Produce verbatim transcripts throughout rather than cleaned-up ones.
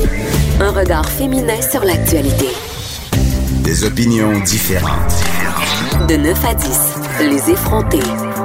Un regard féminin sur l'actualité. Des opinions différentes. De neuf à dix, les effrontés.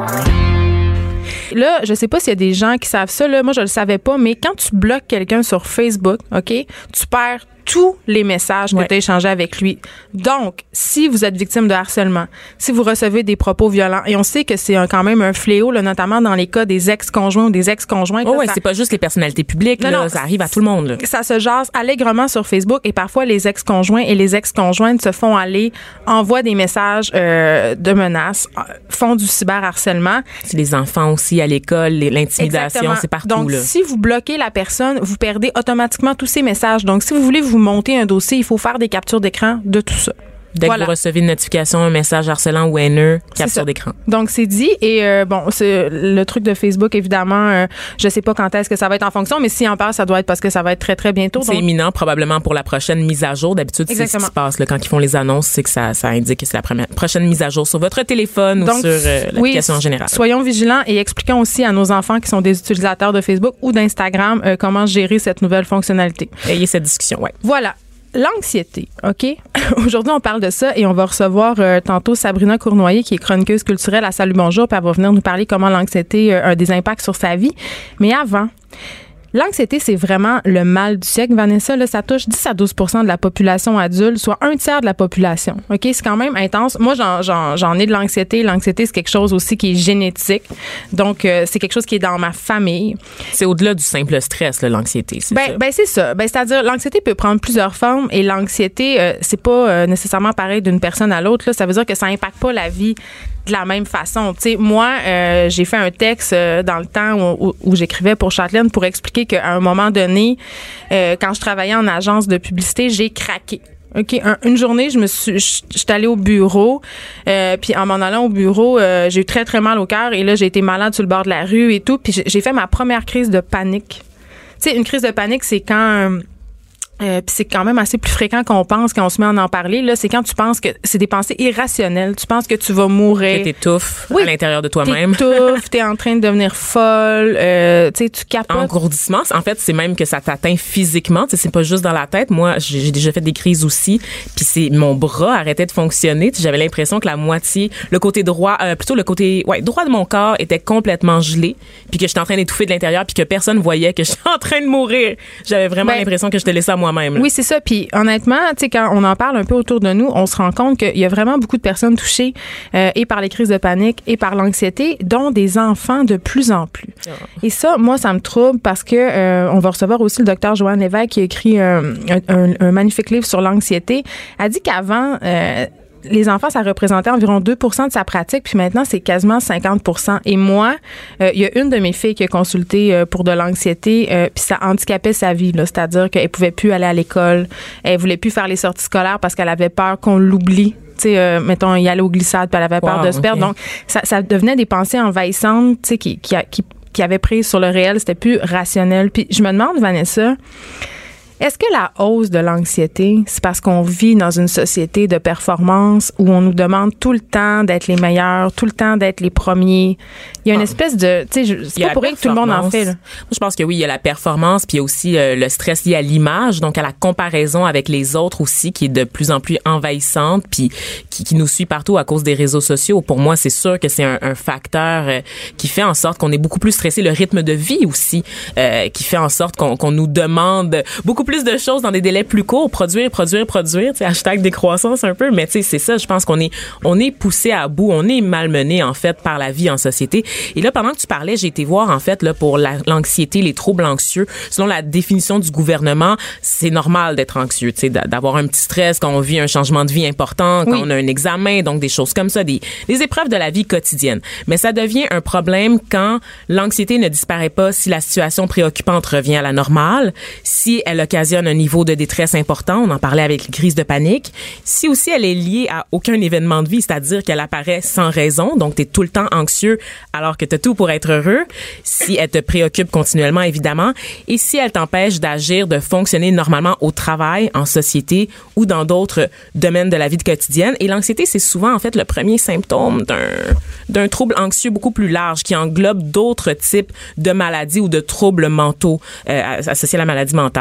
Là, je sais pas s'il y a des gens qui savent ça. Là, moi, je le savais pas, mais quand tu bloques quelqu'un sur Facebook, OK, tu perds tous les messages que ouais. tu as échangés avec lui. Donc, si vous êtes victime de harcèlement, si vous recevez des propos violents, et on sait que c'est un, quand même un fléau, là, notamment dans les cas des ex-conjoints ou des ex-conjoints. Oh là, ouais, ça, c'est pas juste les personnalités publiques, non, là, non, ça arrive à tout le monde. Là. Ça se jase allègrement sur Facebook et parfois les ex-conjoints et les ex-conjointes se font aller, envoient des messages euh, de menaces, font du cyberharcèlement. C'est les enfants aussi à l'école, l'intimidation, exactement. C'est partout. Donc, là. si vous bloquez la personne, vous perdez automatiquement tous ces messages. Donc, si vous voulez vous monter un dossier, il faut faire des captures d'écran de tout ça. Dès voilà. que vous recevez une notification, un message harcelant ou haineux, capture d'écran. Donc, c'est dit. Et euh, bon, c'est le truc de Facebook, évidemment, euh, je sais pas quand est-ce que ça va être en fonction, mais si on parle, ça doit être parce que ça va être très, très bientôt. C'est donc imminent, probablement pour la prochaine mise à jour. D'habitude, c'est ce qui se passe. Là, quand ils font les annonces, c'est que ça, ça indique que c'est la première, prochaine mise à jour sur votre téléphone donc, ou sur euh, l'application oui, en général. Soyons vigilants et expliquons aussi à nos enfants qui sont des utilisateurs de Facebook ou d'Instagram euh, comment gérer cette nouvelle fonctionnalité. Ayez cette discussion, ouais. Voilà. L'anxiété, OK? Aujourd'hui, on parle de ça et on va recevoir euh, tantôt Sabrina Cournoyer, qui est chroniqueuse culturelle à Salut Bonjour, puis elle va venir nous parler comment l'anxiété euh, a des impacts sur sa vie. Mais avant, l'anxiété, c'est vraiment le mal du siècle, Vanessa. Là, ça touche dix à douze pour cent de la population adulte, soit un tiers de la population. OK? C'est quand même intense. Moi, j'en, j'en, j'en ai de l'anxiété. L'anxiété, c'est quelque chose aussi qui est génétique. Donc, euh, c'est quelque chose qui est dans ma famille. C'est au-delà du simple stress, là, l'anxiété. C'est ben, ça. ben, c'est ça. Ben, c'est-à-dire, l'anxiété peut prendre plusieurs formes et l'anxiété, euh, c'est pas euh, nécessairement pareil d'une personne à l'autre. Là. Ça veut dire que ça impacte pas la vie de la même façon. Tu sais, moi, euh, j'ai fait un texte euh, dans le temps où, où, où j'écrivais pour Châtelaine pour expliquer qu'à un moment donné, euh, quand je travaillais en agence de publicité, j'ai craqué. OK, un, une journée, je me suis j'étais allée au bureau euh, puis en m'en allant au bureau, euh, j'ai eu très très mal au cœur et là j'ai été malade sur le bord de la rue et tout, puis j'ai, j'ai fait ma première crise de panique. Tu sais, une crise de panique, c'est quand euh, Euh, puis c'est quand même assez plus fréquent qu'on pense quand on se met à en parler. Là, c'est quand tu penses que c'est des pensées irrationnelles. Tu penses que tu vas mourir. Que t'étouffes oui, à l'intérieur de toi-même. T'étouffes, t'es en train de devenir folle. Euh, tu sais, tu capotes. Engourdissement, en fait, c'est même que ça t'atteint physiquement. Tu sais, c'est pas juste dans la tête. Moi, j'ai, j'ai déjà fait des crises aussi. Puis c'est mon bras arrêtait de fonctionner. Tu sais, j'avais l'impression que la moitié, le côté droit, euh, plutôt le côté ouais droit de mon corps était complètement gelé. Puis que j'étais en train d'étouffer de l'intérieur. Puis que personne voyait que j'étais en train de mourir. J'avais vraiment ben, l'impression que je te laissais à moi. Même, oui, c'est ça. Puis honnêtement, tu sais, quand on en parle un peu autour de nous, on se rend compte qu'il y a vraiment beaucoup de personnes touchées euh, et par les crises de panique et par l'anxiété, dont des enfants de plus en plus. Oh. Et ça, moi, ça me trouble parce que euh, on va recevoir aussi le docteur Joanne Lévesque qui a écrit euh, un, un, un magnifique livre sur l'anxiété. Elle dit qu'avant euh, les enfants, ça représentait environ deux pour cent de sa pratique, puis maintenant, c'est quasiment cinquante pour cent. Et moi, il euh, y a une de mes filles qui a consulté euh, pour de l'anxiété, euh, puis ça handicapait sa vie, là, c'est-à-dire qu'elle pouvait plus aller à l'école, elle voulait plus faire les sorties scolaires parce qu'elle avait peur qu'on l'oublie. Tu sais, euh, mettons, y aller aux glissades, puis elle avait peur wow, de se perdre. Okay. Donc, ça, ça devenait des pensées envahissantes, tu sais, qui, qui, qui, qui avaient prise sur le réel. C'était plus rationnel. Puis je me demande, Vanessa, est-ce que la hausse de l'anxiété, c'est parce qu'on vit dans une société de performance où on nous demande tout le temps d'être les meilleurs, tout le temps d'être les premiers? Il y a une ah. espèce de... Tu sais, c'est pas pour rien que tout le monde en fait. Là. Moi, je pense que oui, il y a la performance, puis il y a aussi euh, le stress lié à l'image, donc à la comparaison avec les autres aussi, qui est de plus en plus envahissante, puis qui, qui nous suit partout à cause des réseaux sociaux. Pour moi, c'est sûr que c'est un, un facteur euh, qui fait en sorte qu'on est beaucoup plus stressé. Le rythme de vie aussi, euh, qui fait en sorte qu'on, qu'on nous demande beaucoup plus de choses dans des délais plus courts, produire, produire, produire, tu sais, hashtag décroissance un peu, mais tu sais, c'est ça, je pense qu'on est, on est poussé à bout, on est malmené, en fait, par la vie en société. Et là, pendant que tu parlais, j'ai été voir, en fait, là, pour la, l'anxiété, les troubles anxieux, selon la définition du gouvernement, c'est normal d'être anxieux, tu sais, d'avoir un petit stress quand on vit un changement de vie important, quand oui. on a un examen, donc des choses comme ça, des, des épreuves de la vie quotidienne. Mais ça devient un problème quand l'anxiété ne disparaît pas, si la situation préoccupante revient à la normale, si elle occasionne un niveau de détresse important, on en parlait avec les crises de panique, si aussi elle est liée à aucun événement de vie, c'est-à-dire qu'elle apparaît sans raison, donc tu es tout le temps anxieux alors que tu as tout pour être heureux, si elle te préoccupe continuellement, évidemment, et si elle t'empêche d'agir, de fonctionner normalement au travail, en société ou dans d'autres domaines de la vie quotidienne. Et l'anxiété, c'est souvent, en fait, le premier symptôme d'un, d'un trouble anxieux beaucoup plus large qui englobe d'autres types de maladies ou de troubles mentaux euh, associés à la maladie mentale, donc comme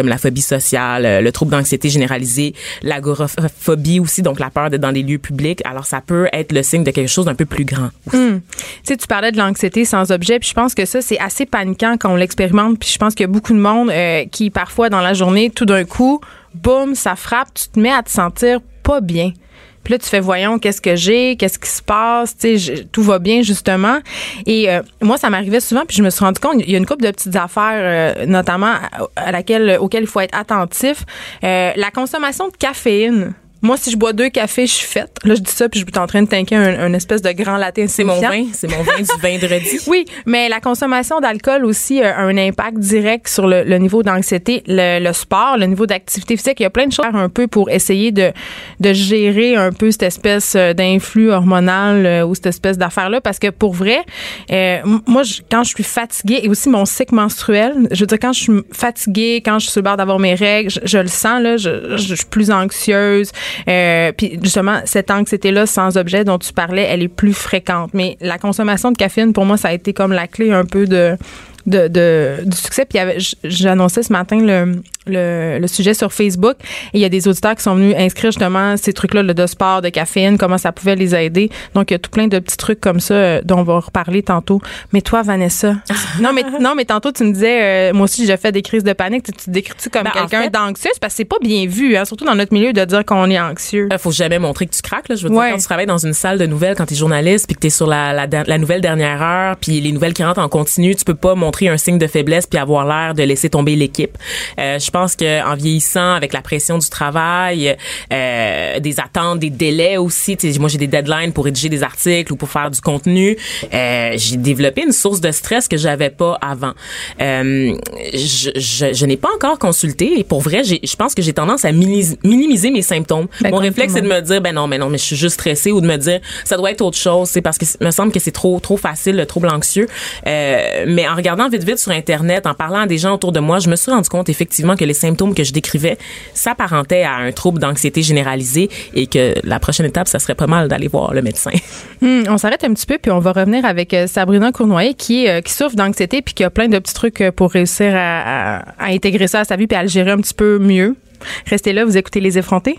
la phobie sociale, le trouble d'anxiété généralisée, l'agoraphobie aussi, donc la peur d'être dans des lieux publics. Alors, ça peut être le signe de quelque chose d'un peu plus grand. Mmh. Tu sais, tu parlais de l'anxiété sans objet, puis je pense que ça, c'est assez paniquant quand on l'expérimente, puis je pense qu'il y a beaucoup de monde euh, qui, parfois, dans la journée, tout d'un coup, boum, ça frappe, tu te mets à te sentir pas bien. Puis là, tu fais, voyons, qu'est-ce que j'ai, qu'est-ce qui se passe, tu sais, tout va bien, justement. Et euh, moi, ça m'arrivait souvent, puis je me suis rendu compte, il y a une couple de petites affaires, euh, notamment à, à laquelle, auxquelles il faut être attentif. Euh, la consommation de caféine. Moi, si je bois deux cafés, je suis faite. Là, je dis ça, puis je suis en train de tanker un, un espèce de grand latte C'est mon vin, c'est mon vin du vendredi. Oui, mais la consommation d'alcool aussi a un impact direct sur le, le niveau d'anxiété, le, le sport, le niveau d'activité physique. Il y a plein de choses à faire un peu pour essayer de, de gérer un peu cette espèce d'influx hormonal euh, ou cette espèce d'affaire-là, parce que pour vrai, euh, moi, je, quand je suis fatiguée, et aussi mon cycle menstruel, je veux dire, quand je suis fatiguée, quand je suis sur le bord d'avoir mes règles, je, je le sens, là, je, je, je suis plus anxieuse. Euh, puis justement, cette anxiété-là sans objet dont tu parlais, elle est plus fréquente. Mais la consommation de caféine, pour moi, ça a été comme la clé un peu de, de, de du succès. Puis j'annonçais ce matin le, le, le sujet sur Facebook et il y a des auditeurs qui sont venus inscrire justement ces trucs-là là, de sport, de caféine, comment ça pouvait les aider. Donc, il y a tout plein de petits trucs comme ça euh, dont on va reparler tantôt. Mais toi, Vanessa, non, mais non, mais tantôt, tu me disais, euh, moi aussi, j'ai fait des crises de panique. Tu, tu te décris-tu comme ben, quelqu'un en fait, d'anxieuse? Parce que c'est pas bien vu, hein, surtout dans notre milieu, de dire qu'on est anxieux. Il faut jamais montrer que tu craques. Là. Je veux ouais. dire, quand tu travailles dans une salle de nouvelles, quand tu es journaliste, puis que tu es sur la, la, la nouvelle dernière heure, puis les nouvelles qui rentrent en continu, tu peux pas montrer un signe de faiblesse puis avoir l'air de laisser tomber l'équipe. Euh, je pense qu'en vieillissant, avec la pression du travail, euh, des attentes, des délais aussi, tu sais, moi j'ai des deadlines pour rédiger des articles ou pour faire du contenu, euh, j'ai développé une source de stress que j'avais pas avant. Euh, je, je, je n'ai pas encore consulté et pour vrai, j'ai, je pense que j'ai tendance à minimiser, minimiser mes symptômes. Ben, Mon réflexe, c'est de me dire, ben non, mais non, mais je suis juste stressée, ou de me dire, ça doit être autre chose. C'est parce que il me semble que c'est trop, trop facile, le trouble anxieux. Euh, mais en regardant vite, vite sur Internet, en parlant à des gens autour de moi, je me suis rendu compte effectivement que les symptômes que je décrivais s'apparentaient à un trouble d'anxiété généralisée et que la prochaine étape, ça serait pas mal d'aller voir le médecin. Hum, on s'arrête un petit peu puis on va revenir avec euh, Sabrina Cournoyer qui, euh, qui souffre d'anxiété puis qui a plein de petits trucs pour réussir à, à, à intégrer ça à sa vie puis à le gérer un petit peu mieux. Restez là, vous écoutez Les Effrontés.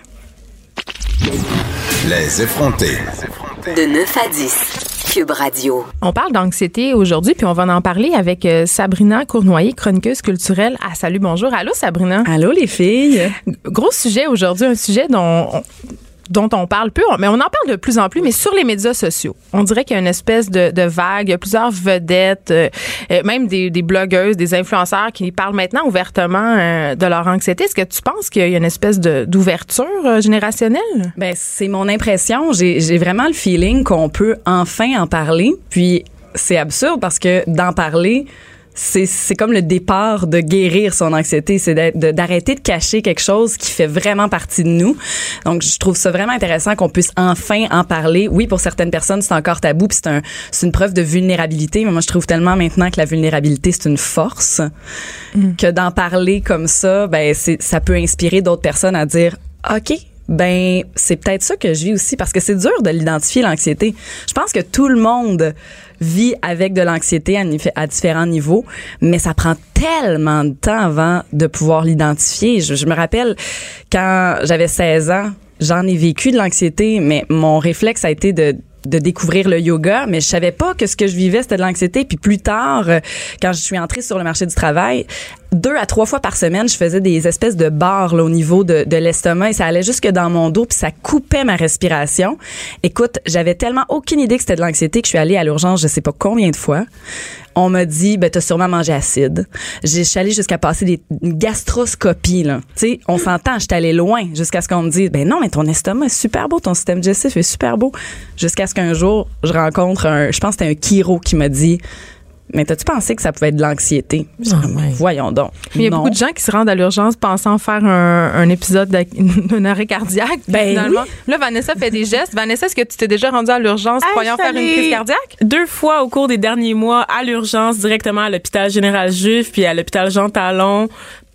Les Effrontés. De neuf à dix. Cube Radio. On parle d'anxiété aujourd'hui, puis on va en parler avec euh, Sabrina Cournoyer, chroniqueuse culturelle à Salut Bonjour. Allô, Sabrina. Allô, les filles. Gros sujet aujourd'hui, un sujet dont on, dont on parle peu, mais on en parle de plus en plus, mais sur les médias sociaux. On dirait qu'il y a une espèce de, de vague, il y a plusieurs vedettes, euh, même des, des blogueuses, des influenceurs qui parlent maintenant ouvertement euh, de leur anxiété. Est-ce que tu penses qu'il y a une espèce de, d'ouverture euh, générationnelle? Ben, c'est mon impression. J'ai, j'ai vraiment le feeling qu'on peut enfin en parler. Puis, c'est absurde parce que d'en parler, c'est c'est comme le départ de guérir son anxiété, c'est d'être, de, d'arrêter de cacher quelque chose qui fait vraiment partie de nous. Donc je trouve ça vraiment intéressant qu'on puisse enfin en parler. Oui, pour certaines personnes, c'est encore tabou puis c'est un c'est une preuve de vulnérabilité, mais moi je trouve tellement maintenant que la vulnérabilité c'est une force mm. que d'en parler comme ça, ben c'est ça peut inspirer d'autres personnes à dire OK, ben c'est peut-être ça que je vis aussi parce que c'est dur de l'identifier l'anxiété. Je pense que tout le monde vit avec de l'anxiété à, à différents niveaux, mais ça prend tellement de temps avant de pouvoir l'identifier. Je, je me rappelle quand j'avais seize ans, j'en ai vécu de l'anxiété, mais mon réflexe a été de de découvrir le yoga, mais je savais pas que ce que je vivais, c'était de l'anxiété. Puis plus tard, quand je suis entrée sur le marché du travail, deux à trois fois par semaine, je faisais des espèces de barres là, au niveau de, de l'estomac et ça allait jusque dans mon dos puis ça coupait ma respiration. Écoute, j'avais tellement aucune idée que c'était de l'anxiété que je suis allée à l'urgence je sais pas combien de fois. On m'a dit, ben, t'as sûrement mangé acide. Je suis allée jusqu'à passer des gastroscopies, là. Tu sais, on s'entend, j'étais allée loin jusqu'à ce qu'on me dise, ben non, mais ton estomac est super beau, ton système digestif est super beau. Jusqu'à ce qu'un jour, je rencontre un, je pense que c'était un chiro qui m'a dit, mais t'as-tu pensé que ça pouvait être de l'anxiété? Oh, voyons donc. Mais il y a non. beaucoup de gens qui se rendent à l'urgence pensant faire un, un épisode d'un arrêt cardiaque. Ben finalement, oui. Là, Vanessa fait des gestes. Vanessa, est-ce que tu t'es déjà rendue à l'urgence ah, croyant faire une crise cardiaque? Deux fois au cours des derniers mois à l'urgence, directement à l'hôpital Général Juif puis à l'hôpital Jean Talon.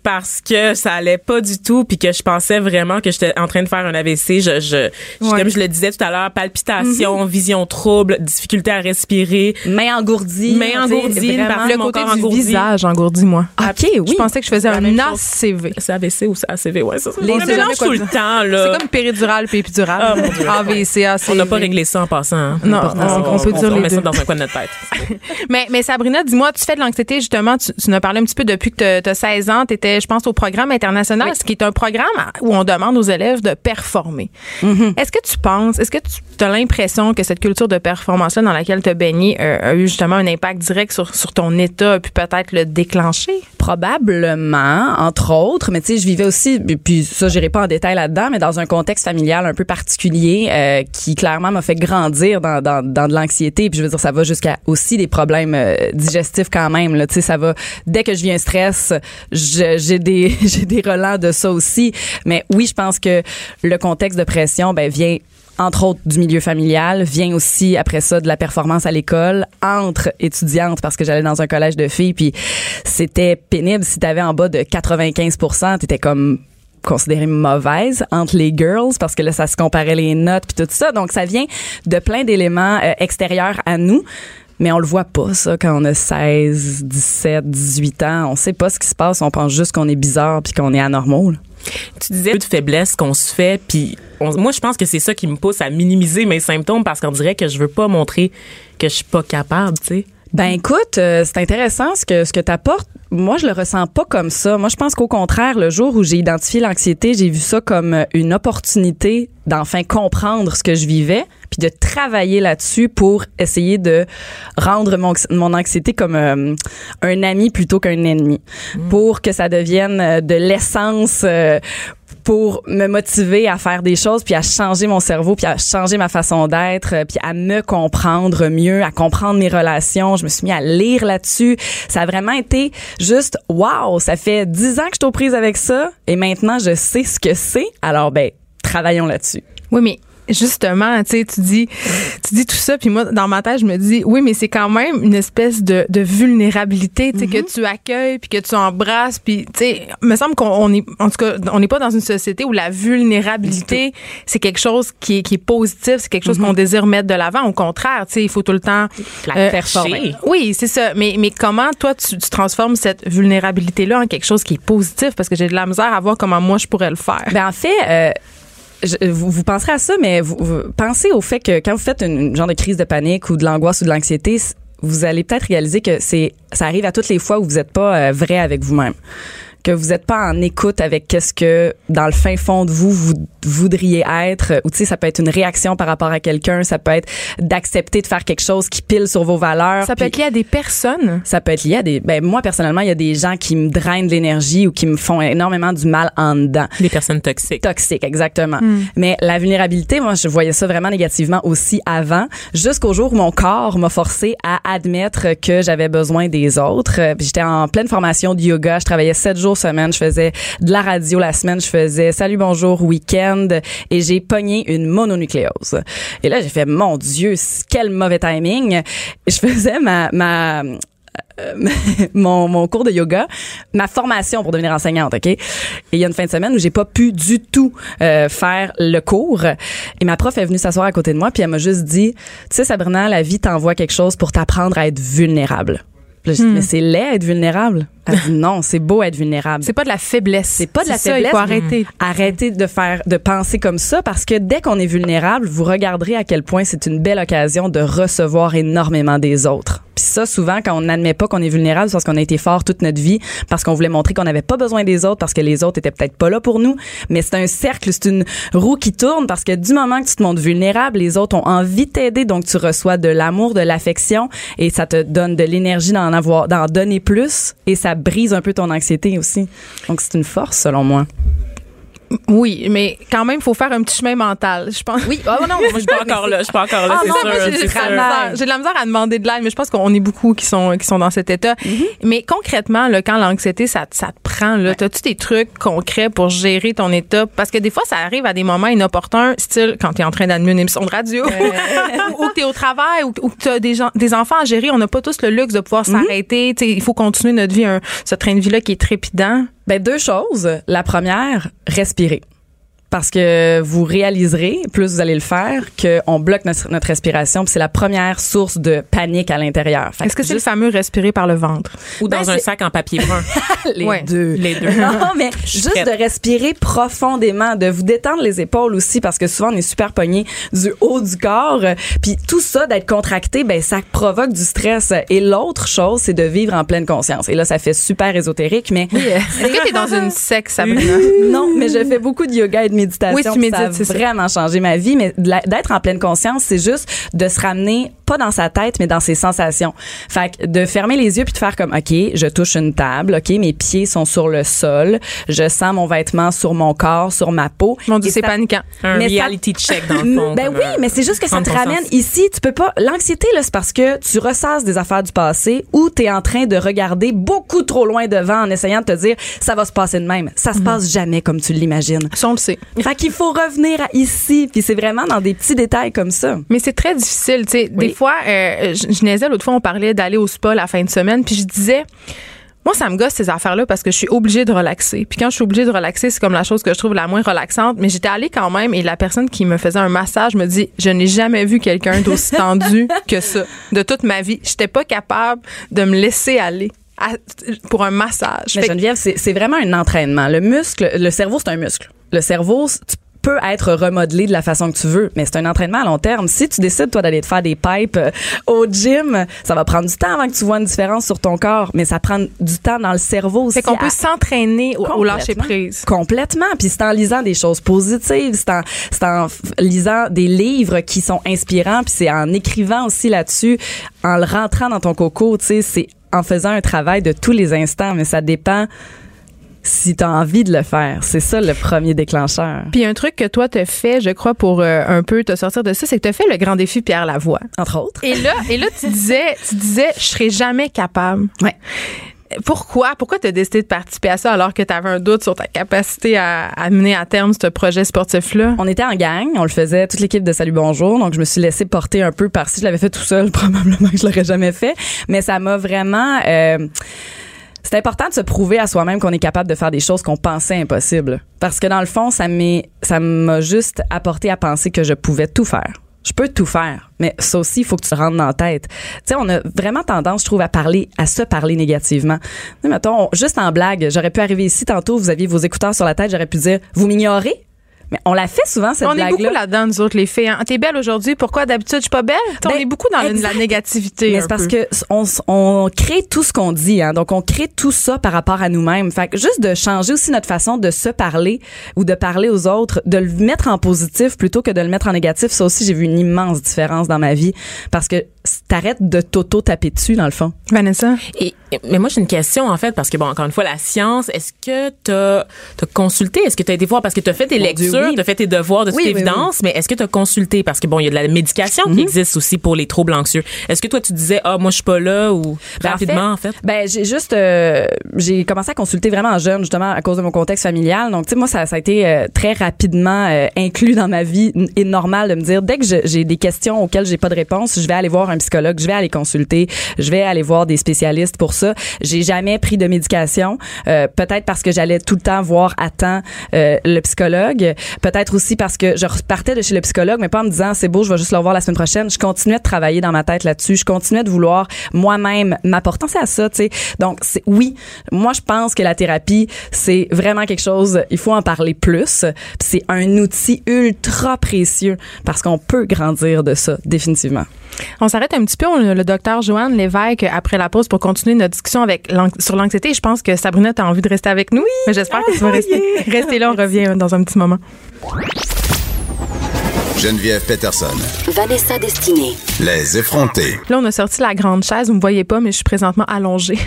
parce que ça allait pas du tout puis que je pensais vraiment que j'étais en train de faire un A V C. Je, je, je Ouais. comme je le disais tout à l'heure, palpitations, mm-hmm. vision trouble, difficulté à respirer. Main engourdie. Main engourdie, une partie Le de mon côté corps du engourdi. visage engourdi, moi. OK, oui. Je pensais que je faisais La un même A chose. C V. C'est A V C ou c'est A C V, ouais, ça. ça Les on deux, le mélange jamais tout le quoi. temps, là. C'est comme péridurale puis épidurale. Ah, mon Dieu. A V C, A C V. On n'a pas réglé ça en passant. Hein. Non, L'important, on- on peut dire on les met ça deux. dans un coin de notre tête. Mais, mais Sabrina, dis-moi, tu fais de l'anxiété, justement, tu, tu nous as parlé un petit peu depuis que tu as seize ans, tu étais, je pense, au programme international, ce qui est un programme où on demande aux élèves de performer. Mm-hmm. Est-ce que tu penses, est-ce que tu as l'impression que cette culture de performance-là dans laquelle tu as baigné euh, a eu justement un impact direct sur, sur ton état, puis peut-être le déclencher? Probablement, entre autres, mais tu sais, je vivais aussi, puis ça, j'irai pas en détail là-dedans, mais dans un contexte familial un peu particulier euh, qui clairement m'a fait grandir dans, dans, dans de l'anxiété. Puis je veux dire, ça va jusqu'à aussi des problèmes euh, digestifs quand même. Là, tu sais, ça va. Dès que je vis un stress, je, j'ai des j'ai des relents de ça aussi. Mais oui, je pense que le contexte de pression, ben vient entre autres du milieu familial, vient aussi après ça de la performance à l'école entre étudiantes parce que j'allais dans un collège de filles puis c'était pénible si t'avais en bas de quatre-vingt-quinze pour cent, t'étais comme considérée mauvaise entre les girls parce que là ça se comparait les notes puis tout ça, donc ça vient de plein d'éléments euh, extérieurs à nous. Mais on le voit pas, ça, quand on a seize, dix-sept, dix-huit ans. On sait pas ce qui se passe. On pense juste qu'on est bizarre puis qu'on est anormaux. Là. Tu disais de faiblesse qu'on se fait, puis on, moi je pense que c'est ça qui me pousse à minimiser mes symptômes parce qu'on dirait que je veux pas montrer que je suis pas capable, tu sais. Ben écoute, euh, c'est intéressant ce que ce que t'apportes. Moi, je le ressens pas comme ça. Moi, je pense qu'au contraire, le jour où j'ai identifié l'anxiété, j'ai vu ça comme une opportunité d'enfin comprendre ce que je vivais, puis de travailler là-dessus pour essayer de rendre mon, mon anxiété comme euh, un ami plutôt qu'un ennemi, mmh. pour que ça devienne de l'essence euh, pour me motiver à faire des choses, puis à changer mon cerveau, puis à changer ma façon d'être, puis à me comprendre mieux, à comprendre mes relations. Je me suis mis à lire là-dessus. Ça a vraiment été juste, wow, ça fait dix ans que je suis aux prises avec ça, et maintenant, je sais ce que c'est. Alors, ben, travaillons là-dessus. Oui, mais justement, tu sais, tu dis, tu dis tout ça, puis moi, dans ma tête, je me dis, oui, mais c'est quand même une espèce de, de vulnérabilité, tu sais, mm-hmm. que tu accueilles, puis que tu embrasses, puis, tu sais, me semble qu'on on est, en tout cas, on n'est pas dans une société où la vulnérabilité, c'est quelque chose qui est, qui est positif, c'est quelque chose mm-hmm. qu'on désire mettre de l'avant. Au contraire, tu sais, il faut tout le temps la euh, performer. Oui, c'est ça. Mais, mais comment, toi, tu, tu transformes cette vulnérabilité-là en quelque chose qui est positif? Parce que j'ai de la misère à voir comment moi, je pourrais le faire. Ben, en fait, euh, Je, vous, vous penserez à ça, mais vous, vous pensez au fait que quand vous faites une, une genre de crise de panique ou de l'angoisse ou de l'anxiété, vous allez peut-être réaliser que c'est ça arrive à toutes les fois où vous n'êtes pas euh, vrai avec vous-même, que vous n'êtes pas en écoute avec qu'est-ce que dans le fin fond de vous vous voudriez être, ou tu sais, ça peut être une réaction par rapport à quelqu'un, ça peut être d'accepter de faire quelque chose qui pile sur vos valeurs. Ça peut être lié à des personnes. Ça peut être lié à des, ben moi personnellement, il y a des gens qui me drainent de l'énergie ou qui me font énormément du mal en dedans. Des personnes toxiques. Toxiques, exactement. Mm. Mais la vulnérabilité, moi, je voyais ça vraiment négativement aussi avant, jusqu'au jour où mon corps m'a forcé à admettre que j'avais besoin des autres. Puis j'étais en pleine formation de yoga, je travaillais sept jours semaine, je faisais de la radio la semaine, je faisais salut bonjour week-end et j'ai pogné une mononucléose. Et là, j'ai fait mon Dieu, quel mauvais timing. Je faisais ma ma Euh, mon, mon cours de yoga, ma formation pour devenir enseignante, OK? Et il y a une fin de semaine où j'ai pas pu du tout euh, faire le cours. Et ma prof est venue s'asseoir à côté de moi, puis elle m'a juste dit, tu sais, Sabrina, la vie t'envoie quelque chose pour t'apprendre à être vulnérable. Puis là, j'ai dit, hmm. mais c'est laid être vulnérable. Elle dit, non, c'est beau être vulnérable. C'est pas de la faiblesse. C'est pas de la ça, faiblesse. Il faut arrêter. Arrêtez de faire, de penser comme ça parce que dès qu'on est vulnérable, vous regarderez à quel point c'est une belle occasion de recevoir énormément des autres. Puis ça, souvent, quand on n'admet pas qu'on est vulnérable, c'est parce qu'on a été fort toute notre vie, parce qu'on voulait montrer qu'on n'avait pas besoin des autres, parce que les autres étaient peut-être pas là pour nous. Mais c'est un cercle, c'est une roue qui tourne parce que du moment que tu te montres vulnérable, les autres ont envie de t'aider, donc tu reçois de l'amour, de l'affection et ça te donne de l'énergie d'en avoir, d'en donner plus et ça brise un peu ton anxiété aussi. Donc c'est une force selon moi. Oui, mais quand même, il faut faire un petit chemin mental. Je pense. Oui. Oh non, moi je suis pas encore là, je suis pas encore là, ah, c'est non, sûr. Moi, j'ai, c'est j'ai, sûr. de la misère, j'ai de la misère à demander de l'aide, mais je pense qu'on est beaucoup qui sont qui sont dans cet état. Mm-hmm. Mais concrètement, là, quand l'anxiété, ça, ça te prend prend, là? Ouais. T'as-tu des trucs concrets pour gérer ton état? Parce que des fois, ça arrive à des moments inopportuns, style quand t'es en train d'animer une émission de radio, euh... ou que t'es au travail, ou, ou que t'as des, gens, des enfants à gérer. On n'a pas tous le luxe de pouvoir mm-hmm. s'arrêter. T'sais, il faut continuer notre vie, un, ce train de vie-là qui est trépidant. Ben, deux choses. La première, respirer. Parce que vous réaliserez, plus vous allez le faire, qu'on bloque notre, notre respiration, puis c'est la première source de panique à l'intérieur. Fait Est-ce que, que c'est juste... le fameux respirer par le ventre? Ou dans ben, un c'est... sac en papier brun? Les ouais. deux. Les deux. Non, mais juste prête. De respirer profondément, de vous détendre les épaules aussi, parce que souvent, on est super pogné du haut du corps. Puis tout ça, d'être contracté, ben ça provoque du stress. Et l'autre chose, c'est de vivre en pleine conscience. Et là, ça fait super ésotérique, mais... Oui. Est-ce que t'es dans une secte, Sabrina? Non, mais je fais beaucoup de yoga et de méditation. Oui, tu médites, ça a c'est vraiment ça. changé ma vie, mais d'être en pleine conscience, c'est juste de se ramener pas dans sa tête, mais dans ses sensations. Fait que de fermer les yeux puis de faire comme, OK, je touche une table, OK, mes pieds sont sur le sol, je sens mon vêtement sur mon corps, sur ma peau. Mon Dieu, c'est ça, paniquant. Un reality ça, check dans le fond. Ben oui, mais c'est juste que ça te ramène ici. Tu peux pas, l'anxiété, là, c'est parce que tu ressasses des affaires du passé ou t'es en train de regarder beaucoup trop loin devant en essayant de te dire, ça va se passer de même. Ça se mm-hmm. passe jamais comme tu l'imagines. Ça, on le sait. Fait qu'il faut revenir à ici, puis c'est vraiment dans des petits détails comme ça. Mais c'est très difficile, tu sais. Oui. Des fois, euh, je, je naisais l'autre fois, on parlait d'aller au spa la fin de semaine, puis je disais, moi, ça me gosse ces affaires-là parce que je suis obligée de relaxer. Puis quand je suis obligée de relaxer, c'est comme la chose que je trouve la moins relaxante. Mais j'étais allée quand même et la personne qui me faisait un massage me dit, je n'ai jamais vu quelqu'un d'aussi tendu que ça de toute ma vie. J'étais pas capable de me laisser aller. À, pour un massage. Mais Geneviève, c'est, c'est vraiment un entraînement. Le muscle, le cerveau, c'est un muscle. Le cerveau, tu peux être remodelé de la façon que tu veux, mais c'est un entraînement à long terme. Si tu décides, toi, d'aller te faire des pipes euh, au gym, ça va prendre du temps avant que tu vois une différence sur ton corps, mais ça prend du temps dans le cerveau aussi. C'est qu'on peut à... s'entraîner au, au lâcher prise. Complètement. Puis c'est en lisant des choses positives, c'est en, c'est en lisant des livres qui sont inspirants, puis c'est en écrivant aussi là-dessus, en le rentrant dans ton coco, tu sais, c'est en faisant un travail de tous les instants, mais ça dépend si tu as envie de le faire. C'est ça le premier déclencheur. Puis un truc que toi t'as fait, je crois, pour euh, un peu te sortir de ça, c'est que t'as fait le grand défi Pierre Lavoie. Entre autres. Et là, et là tu disais, tu disais, je serai jamais capable. Ouais. Pourquoi? Pourquoi t'as décidé de participer à ça alors que t'avais un doute sur ta capacité à, à mener à terme ce projet sportif-là? On était en gang, on le faisait, toute l'équipe de Salut Bonjour, donc je me suis laissée porter un peu par si je l'avais fait tout seul, probablement que je l'aurais jamais fait, mais ça m'a vraiment... Euh, c'est important de se prouver à soi-même qu'on est capable de faire des choses qu'on pensait impossibles. Parce que dans le fond, ça m'est, ça m'a juste apporté à penser que je pouvais tout faire. Je peux tout faire, mais ça aussi, il faut que tu te rentres dans la tête. Tu sais, on a vraiment tendance, je trouve, à parler, à se parler négativement. Tu sais, mettons, on, juste en blague, j'aurais pu arriver ici tantôt, vous aviez vos écouteurs sur la tête, j'aurais pu dire, vous m'ignorez? Mais on l'a fait souvent, cette on blague-là. On est beaucoup là-dedans, nous autres, les filles. Hein? T'es belle aujourd'hui, pourquoi d'habitude je suis pas belle? Ben, on est beaucoup dans exact. La négativité. Mais c'est parce peu. que on, on crée tout ce qu'on dit, hein. Donc on crée tout ça par rapport à nous-mêmes. Fait que juste de changer aussi notre façon de se parler ou de parler aux autres, de le mettre en positif plutôt que de le mettre en négatif, ça aussi, j'ai vu une immense différence dans ma vie. Parce que t'arrêtes de t'auto-taper dessus, dans le fond. Vanessa? Et, mais moi, j'ai une question, en fait, parce que, bon, encore une fois, la science, est-ce que t'as, t'as consulté? Est-ce que t'as été voir? Parce que t'as fait tes Mon lectures, Dieu, oui. t'as fait tes devoirs de toute oui, évidence, oui, oui. mais est-ce que t'as consulté? Parce que, bon, il y a de la médication mm-hmm. qui existe aussi pour les troubles anxieux. Est-ce que toi, tu disais, ah, moi, je suis pas là, ou ben, rapidement, en fait? En fait? Ben, j'ai juste, euh, j'ai commencé à consulter vraiment jeune, justement, à cause de mon contexte familial. Donc, tu sais, moi, ça, ça a été euh, très rapidement euh, inclus dans ma vie et normal de me dire, dès que je, j'ai des questions auxquelles j'ai pas de réponse, je vais aller voir un psychologue, je vais aller consulter, je vais aller voir des spécialistes pour ça. J'ai jamais pris de médication, euh, peut-être parce que j'allais tout le temps voir à temps euh, le psychologue, peut-être aussi parce que je repartais de chez le psychologue, mais pas en me disant c'est beau, je vais juste le revoir la semaine prochaine. Je continuais de travailler dans ma tête là-dessus, je continuais de vouloir moi-même m'apporter à ça, tu sais. Donc c'est oui, moi je pense que la thérapie c'est vraiment quelque chose, il faut en parler plus. Puis c'est un outil ultra précieux parce qu'on peut grandir de ça définitivement. On s'arrête un petit peu, on a le docteur Joanne Lévesque après la pause pour continuer notre discussion avec sur l'anxiété. Je pense que Sabrina, t'as envie de rester avec nous. Oui, mais j'espère ah, que tu vas rester, rester là. On revient dans un petit moment. Geneviève Peterson. Vanessa Destinée. Les effrontés. Là, on a sorti la grande chaise. Vous me voyez pas, mais je suis présentement allongée.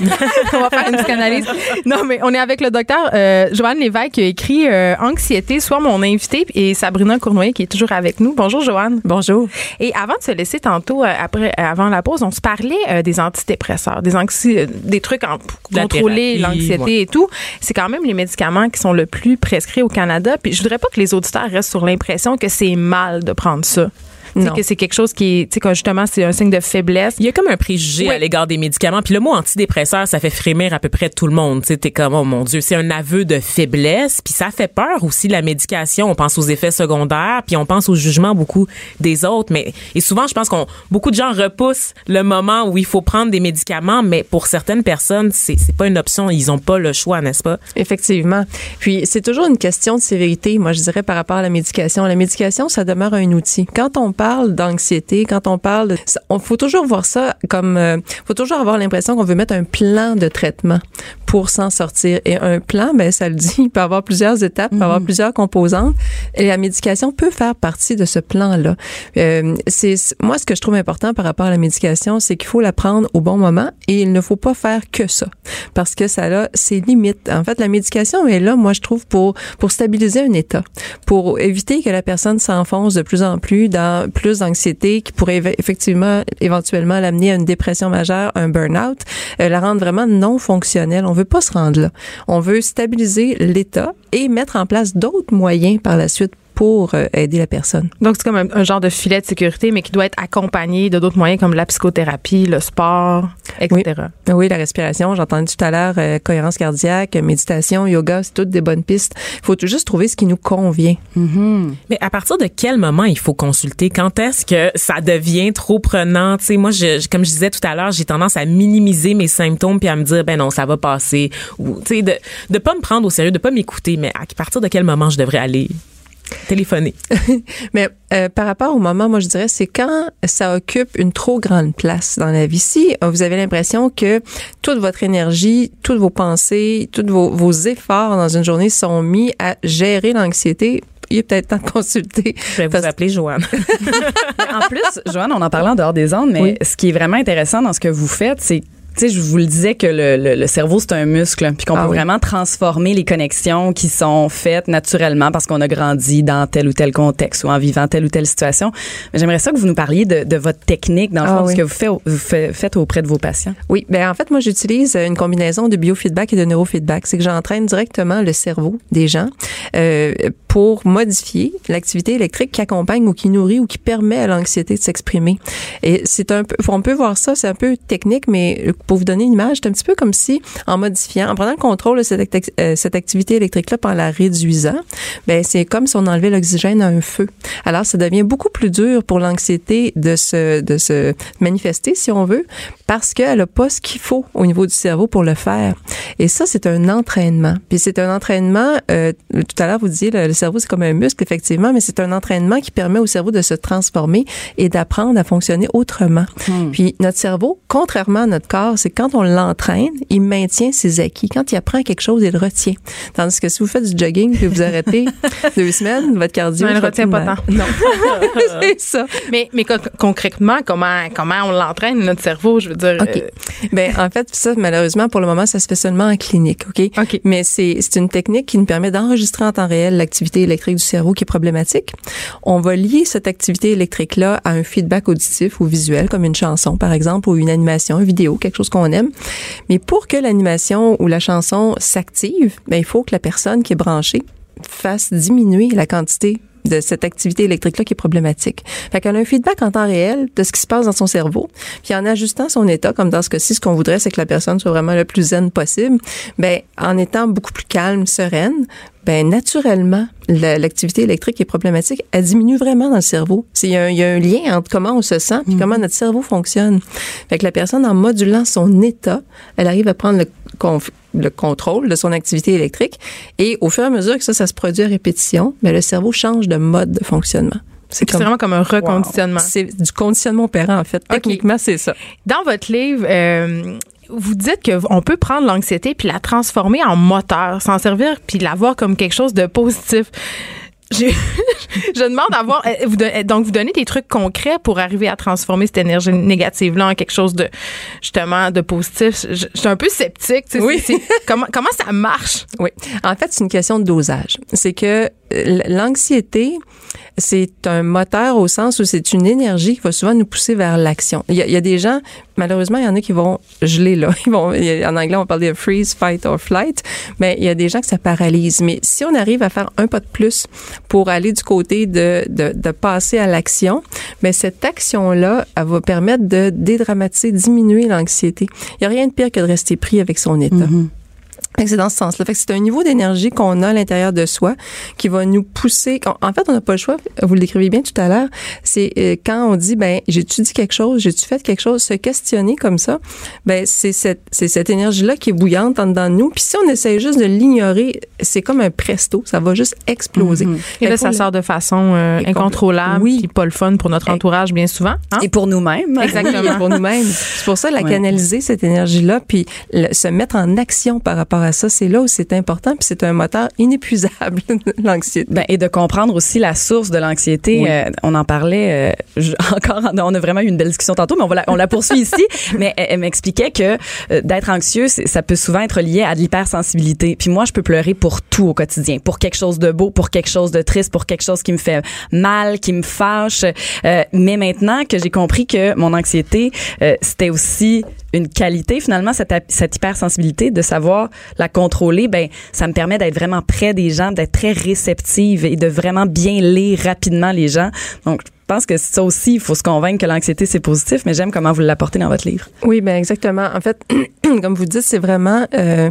On va faire une psychanalyse. Non, mais on est avec le docteur euh, Joanne Lévesque qui a écrit euh, Anxiété, soit mon invité, et Sabrina Cournoyer qui est toujours avec nous. Bonjour, Joanne. Bonjour. Et avant de se laisser tantôt, euh, après, euh, avant la pause, on se parlait euh, des antidépresseurs, des, anxi- euh, des trucs en, pour La contrôler thérapie, l'anxiété ouais. et tout. C'est quand même les médicaments qui sont le plus prescrits au Canada. Puis je voudrais pas que les auditeurs restent sur l'impression que c'est mal de prendre ça. Non. Que c'est quelque chose qui est, tu sais, que justement, c'est un signe de faiblesse. Il y a comme un préjugé oui. à l'égard des médicaments. Puis le mot antidépresseur, ça fait frémir à peu près tout le monde. Tu sais, t'es comme, oh mon Dieu, c'est un aveu de faiblesse. Puis ça fait peur aussi, la médication. On pense aux effets secondaires, puis on pense au jugement beaucoup des autres. Mais, et souvent, je pense qu'on, beaucoup de gens repoussent le moment où il faut prendre des médicaments, mais pour certaines personnes, c'est, c'est pas une option. Ils ont pas le choix, n'est-ce pas? Effectivement. Puis c'est toujours une question de sévérité, moi, je dirais, par rapport à la médication. La médication, ça demeure un outil. Quand on parle parle d'anxiété, quand on parle de, on faut toujours voir ça comme, euh, faut toujours avoir l'impression qu'on veut mettre un plan de traitement pour s'en sortir. Et un plan, ben ça le dit, il peut avoir plusieurs étapes, il peut avoir plusieurs composantes. Et la médication peut faire partie de ce plan-là. Euh, c'est moi ce que je trouve important par rapport à la médication, c'est qu'il faut la prendre au bon moment et il ne faut pas faire que ça, parce que ça a ses limites. En fait, la médication est là, moi je trouve, pour pour stabiliser un état, pour éviter que la personne s'enfonce de plus en plus dans plus d'anxiété qui pourrait effectivement, éventuellement l'amener à une dépression majeure, un burn-out, euh, la rendre vraiment non fonctionnelle. On veut pas se rendre là. On veut stabiliser l'état et mettre en place d'autres moyens par la suite pour euh, aider la personne. Donc, c'est comme un, un genre de filet de sécurité, mais qui doit être accompagné de d'autres moyens comme la psychothérapie, le sport, et cetera. Oui, oui, la respiration, j'ai entendu tout à l'heure, euh, cohérence cardiaque, méditation, yoga, c'est toutes des bonnes pistes. Il faut tout juste trouver ce qui nous convient. Mm-hmm. Mais à partir de quel moment il faut consulter? Quand est-ce que ça devient trop prenant? Tu sais, moi, je, comme je disais tout à l'heure, j'ai tendance à minimiser mes symptômes puis à me dire, ben non, ça va passer. Ou, tu sais, de, de pas me prendre au sérieux, de pas m'écouter. Mais à partir de quel moment je devrais aller téléphoner? Mais euh, par rapport au moment, moi je dirais, c'est quand ça occupe une trop grande place dans la vie. Si vous avez l'impression que toute votre énergie, toutes vos pensées, tous vos, vos efforts dans une journée sont mis à gérer l'anxiété, il est peut-être temps de consulter. Je vais vous appeler Joanne. En plus, Joanne, on en parlait en dehors des ondes, mais oui. Ce qui est vraiment intéressant dans ce que vous faites, c'est tu sais, je vous le disais que le, le, le cerveau, c'est un muscle, puis qu'on ah peut oui. vraiment transformer les connexions qui sont faites naturellement parce qu'on a grandi dans tel ou tel contexte ou en vivant telle ou telle situation. Mais j'aimerais ça que vous nous parliez de, de votre technique, dans le fond, ah oui. ce que vous, fait, vous fait, faites auprès de vos patients. Oui, bien en fait, moi, j'utilise une combinaison de biofeedback et de neurofeedback. C'est que j'entraîne directement le cerveau des gens euh, pour modifier l'activité électrique qui accompagne ou qui nourrit ou qui permet à l'anxiété de s'exprimer. Et c'est un peu, on peut voir ça, c'est un peu technique, mais pour vous donner une image, c'est un petit peu comme si, en modifiant, en prenant le contrôle de cette, euh, cette activité électrique-là, en la réduisant, ben c'est comme si on enlevait l'oxygène à un feu. Alors, ça devient beaucoup plus dur pour l'anxiété de se, de se manifester, si on veut, parce qu'elle n'a pas ce qu'il faut au niveau du cerveau pour le faire. Et ça, c'est un entraînement. Puis c'est un entraînement, euh, tout à l'heure, vous disiez, le, le cerveau, c'est comme un muscle, effectivement, mais c'est un entraînement qui permet au cerveau de se transformer et d'apprendre à fonctionner autrement. Hmm. Puis notre cerveau, contrairement à notre corps, c'est quand on l'entraîne, il maintient ses acquis. Quand il apprend quelque chose, il le retient. Tandis que si vous faites du jogging puis vous arrêtez deux semaines, votre cardio... Non, il ne retient pas tant. Non. C'est ça. Mais, mais con- concrètement, comment, comment on l'entraîne, notre cerveau, je veux dire... OK. Euh... Ben, en fait, ça, malheureusement, pour le moment, ça se fait seulement en clinique, OK? OK. Mais c'est, c'est une technique qui nous permet d'enregistrer en temps réel l'activité électrique du cerveau qui est problématique. On va lier cette activité électrique-là à un feedback auditif ou visuel, comme une chanson, par exemple, ou une animation, une vidéo, quelque chose qu'on aime. Mais pour que l'animation ou la chanson s'active, ben, il faut que la personne qui est branchée fasse diminuer la quantité de cette activité électrique-là qui est problématique. Fait qu'elle a un feedback en temps réel de ce qui se passe dans son cerveau. Puis en ajustant son état, comme dans ce cas-ci, ce qu'on voudrait, c'est que la personne soit vraiment le plus zen possible. Ben, en étant beaucoup plus calme, sereine, ben naturellement, la, l'activité électrique qui est problématique, elle diminue vraiment dans le cerveau. C'est, il, y a un, il y a un lien entre comment on se sent puis mmh. comment notre cerveau fonctionne. Fait que la personne, en modulant son état, elle arrive à prendre le, conf, le contrôle de son activité électrique et au fur et à mesure que ça, ça se produit à répétition, ben le cerveau change de mode de fonctionnement. C'est, comme, c'est vraiment comme un reconditionnement. Wow. C'est du conditionnement opérant, en fait. Okay. Techniquement, c'est ça. Dans votre livre... Euh vous dites qu'on peut prendre l'anxiété puis la transformer en moteur, s'en servir puis la voir comme quelque chose de positif. J'ai, je demande à voir, vous don- donc vous donnez des trucs concrets pour arriver à transformer cette énergie négative-là en quelque chose de, justement, de positif. Je, je suis un peu sceptique. Tu sais, Oui. c'est, c'est, comment, comment ça marche? Oui. En fait, c'est une question de dosage. C'est que l'anxiété, c'est un moteur au sens où c'est une énergie qui va souvent nous pousser vers l'action. Il y a, il y a des gens, malheureusement, il y en a qui vont geler là. Ils vont, en anglais, on parle de freeze, fight or flight, mais il y a des gens que ça paralyse. Mais si on arrive à faire un pas de plus pour aller du côté de, de, de passer à l'action, mais cette action-là, elle va permettre de dédramatiser, diminuer l'anxiété. Il n'y a rien de pire que de rester pris avec son état. Mm-hmm. Fait que c'est dans ce sens-là. Fait que c'est un niveau d'énergie qu'on a à l'intérieur de soi qui va nous pousser. En fait, on n'a pas le choix. Vous le décrivez bien tout à l'heure. C'est euh, quand on dit, ben, j'ai-tu dit quelque chose? J'ai-tu fait quelque chose? Se questionner comme ça, ben, c'est cette, c'est cette énergie-là qui est bouillante en dedans de nous. Puis si on essaye juste de l'ignorer, c'est comme un presto. Ça va juste exploser. Mm-hmm. Et là, ça sort de façon euh, incontrôlable. Oui. Puis pas le fun pour notre entourage, bien souvent. Hein? Et pour nous-mêmes. Exactement. Oui, pour nous-mêmes. C'est pour ça, la Ouais. canaliser, cette énergie-là, puis le, se mettre en action par rapport à ça, c'est là où c'est important, puis c'est un moteur inépuisable, l'anxiété. Ben, et de comprendre aussi la source de l'anxiété. Oui. Euh, on en parlait euh, je, encore, on a vraiment eu une belle discussion tantôt, mais on, va la, on la poursuit ici. Mais elle, elle m'expliquait que euh, d'être anxieux, ça peut souvent être lié à de l'hypersensibilité. Puis moi, je peux pleurer pour tout au quotidien, pour quelque chose de beau, pour quelque chose de triste, pour quelque chose qui me fait mal, qui me fâche. Euh, mais maintenant que j'ai compris que mon anxiété, euh, c'était aussi une qualité, finalement, cette, cette hypersensibilité, de savoir la contrôler, ben, ça me permet d'être vraiment près des gens, d'être très réceptive et de vraiment bien lire rapidement les gens. Donc, je pense que ça aussi, il faut se convaincre que l'anxiété, c'est positif, mais j'aime comment vous l'apportez dans votre livre. Oui, ben exactement. En fait, comme vous dites, c'est vraiment... Euh,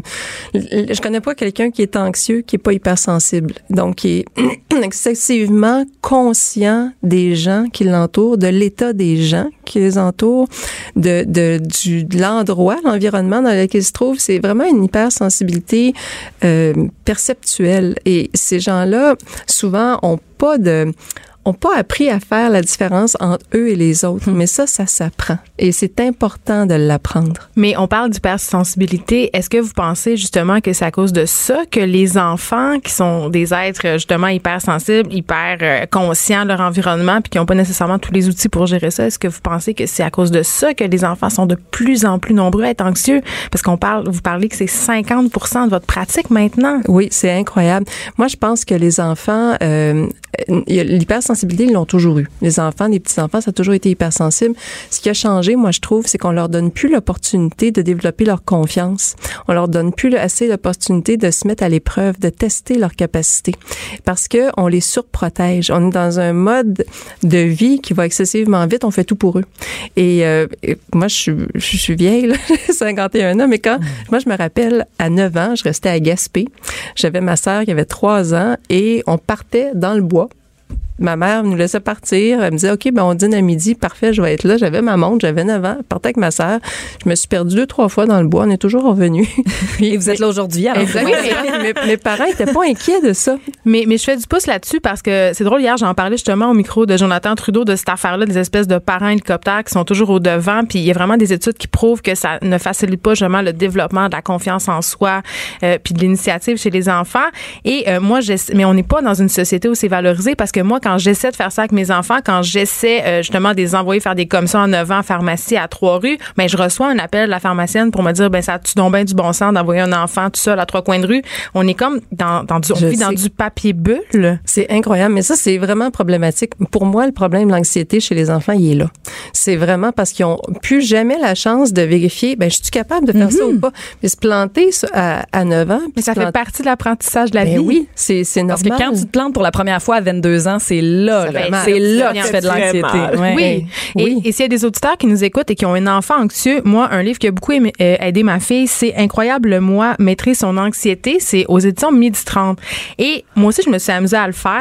je connais pas quelqu'un qui est anxieux, qui est pas hypersensible. Donc, qui est excessivement conscient des gens qui l'entourent, de l'état des gens qui les entourent, de, de, du, de l'endroit, l'environnement dans lequel ils se trouvent. C'est vraiment une hypersensibilité euh, perceptuelle. Et ces gens-là, souvent, ont pas de... ont pas appris à faire la différence entre eux et les autres. Mais ça, ça s'apprend. Et c'est important de l'apprendre. Mais on parle d'hypersensibilité. Est-ce que vous pensez justement que c'est à cause de ça que les enfants qui sont des êtres justement hypersensibles, hyper euh, conscients de leur environnement puis qui n'ont pas nécessairement tous les outils pour gérer ça, est-ce que vous pensez que c'est à cause de ça que les enfants sont de plus en plus nombreux à être anxieux? Parce qu'on parle, vous parlez que c'est cinquante pour cent de votre pratique maintenant. Oui, c'est incroyable. Moi, je pense que les enfants, euh, l'hypersensibilité, ils l'ont toujours eu. Les enfants, les petits-enfants, ça a toujours été hypersensible. Ce qui a changé, moi, je trouve, c'est qu'on leur donne plus l'opportunité de développer leur confiance. On leur donne plus assez l'opportunité de se mettre à l'épreuve, de tester leurs capacités. Parce que on les surprotège. On est dans un mode de vie qui va excessivement vite. On fait tout pour eux. Et, euh, et moi, je suis, je suis vieille, là, j'ai cinquante et un ans, mais quand, moi, je me rappelle, à neuf ans, je restais à Gaspé. J'avais ma sœur qui avait trois ans et on partait dans le bois. Ma mère nous laissait partir. Elle me disait, OK, ben on dîne à midi. Parfait, je vais être là. J'avais ma montre, j'avais neuf ans. Je partais avec ma sœur. Je me suis perdue deux, trois fois dans le bois. On est toujours revenus. Et vous êtes là aujourd'hui, alors. Exactement. mes, mes parents étaient pas inquiets de ça. Mais, mais je fais du pouce là-dessus parce que c'est drôle, hier, j'en parlais justement au micro de Jonathan Trudeau de cette affaire-là, des espèces de parents hélicoptères qui sont toujours au devant. Puis il y a vraiment des études qui prouvent que ça ne facilite pas justement le développement de la confiance en soi euh, puis de l'initiative chez les enfants. Et euh, moi, mais on n'est pas dans une société où c'est valorisé parce que moi, quand j'essaie de faire ça avec mes enfants, quand j'essaie euh, justement de les envoyer faire des commissions en neuf ans en pharmacie à Trois-Rues, ben je reçois un appel de la pharmacienne pour me dire, ben ça a-tu donc bien du bon sens d'envoyer un enfant tout seul à trois coins de rue? On est comme dans, dans du, on vit dans du papier bulle. C'est incroyable, mais ça, c'est vraiment problématique. Pour moi, le problème de l'anxiété chez les enfants, il est là. C'est vraiment parce qu'ils ont plus jamais la chance de vérifier, ben je suis capable de faire mm-hmm. ça ou pas? Mais se planter à, à neuf ans. Mais ça planter... fait partie de l'apprentissage de la ben vie. Oui, c'est, c'est normal. Parce que quand tu te plantes pour la première fois à vingt-deux ans, c'est là, là c'est là que tu fais de l'anxiété. Ouais. Oui. oui. Et, et s'il y a des auditeurs qui nous écoutent et qui ont un enfant anxieux, moi, un livre qui a beaucoup aimé, euh, aidé ma fille, c'est Incroyable le moi, maîtriser son anxiété. C'est aux éditions Midi trente. Et moi aussi, je me suis amusée à le faire.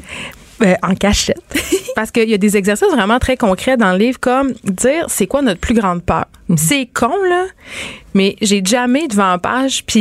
Euh, en cachette. Parce qu'il y a des exercices vraiment très concrets dans le livre, comme dire c'est quoi notre plus grande peur. Mm-hmm. C'est con, là, mais j'ai jamais devant la page, puis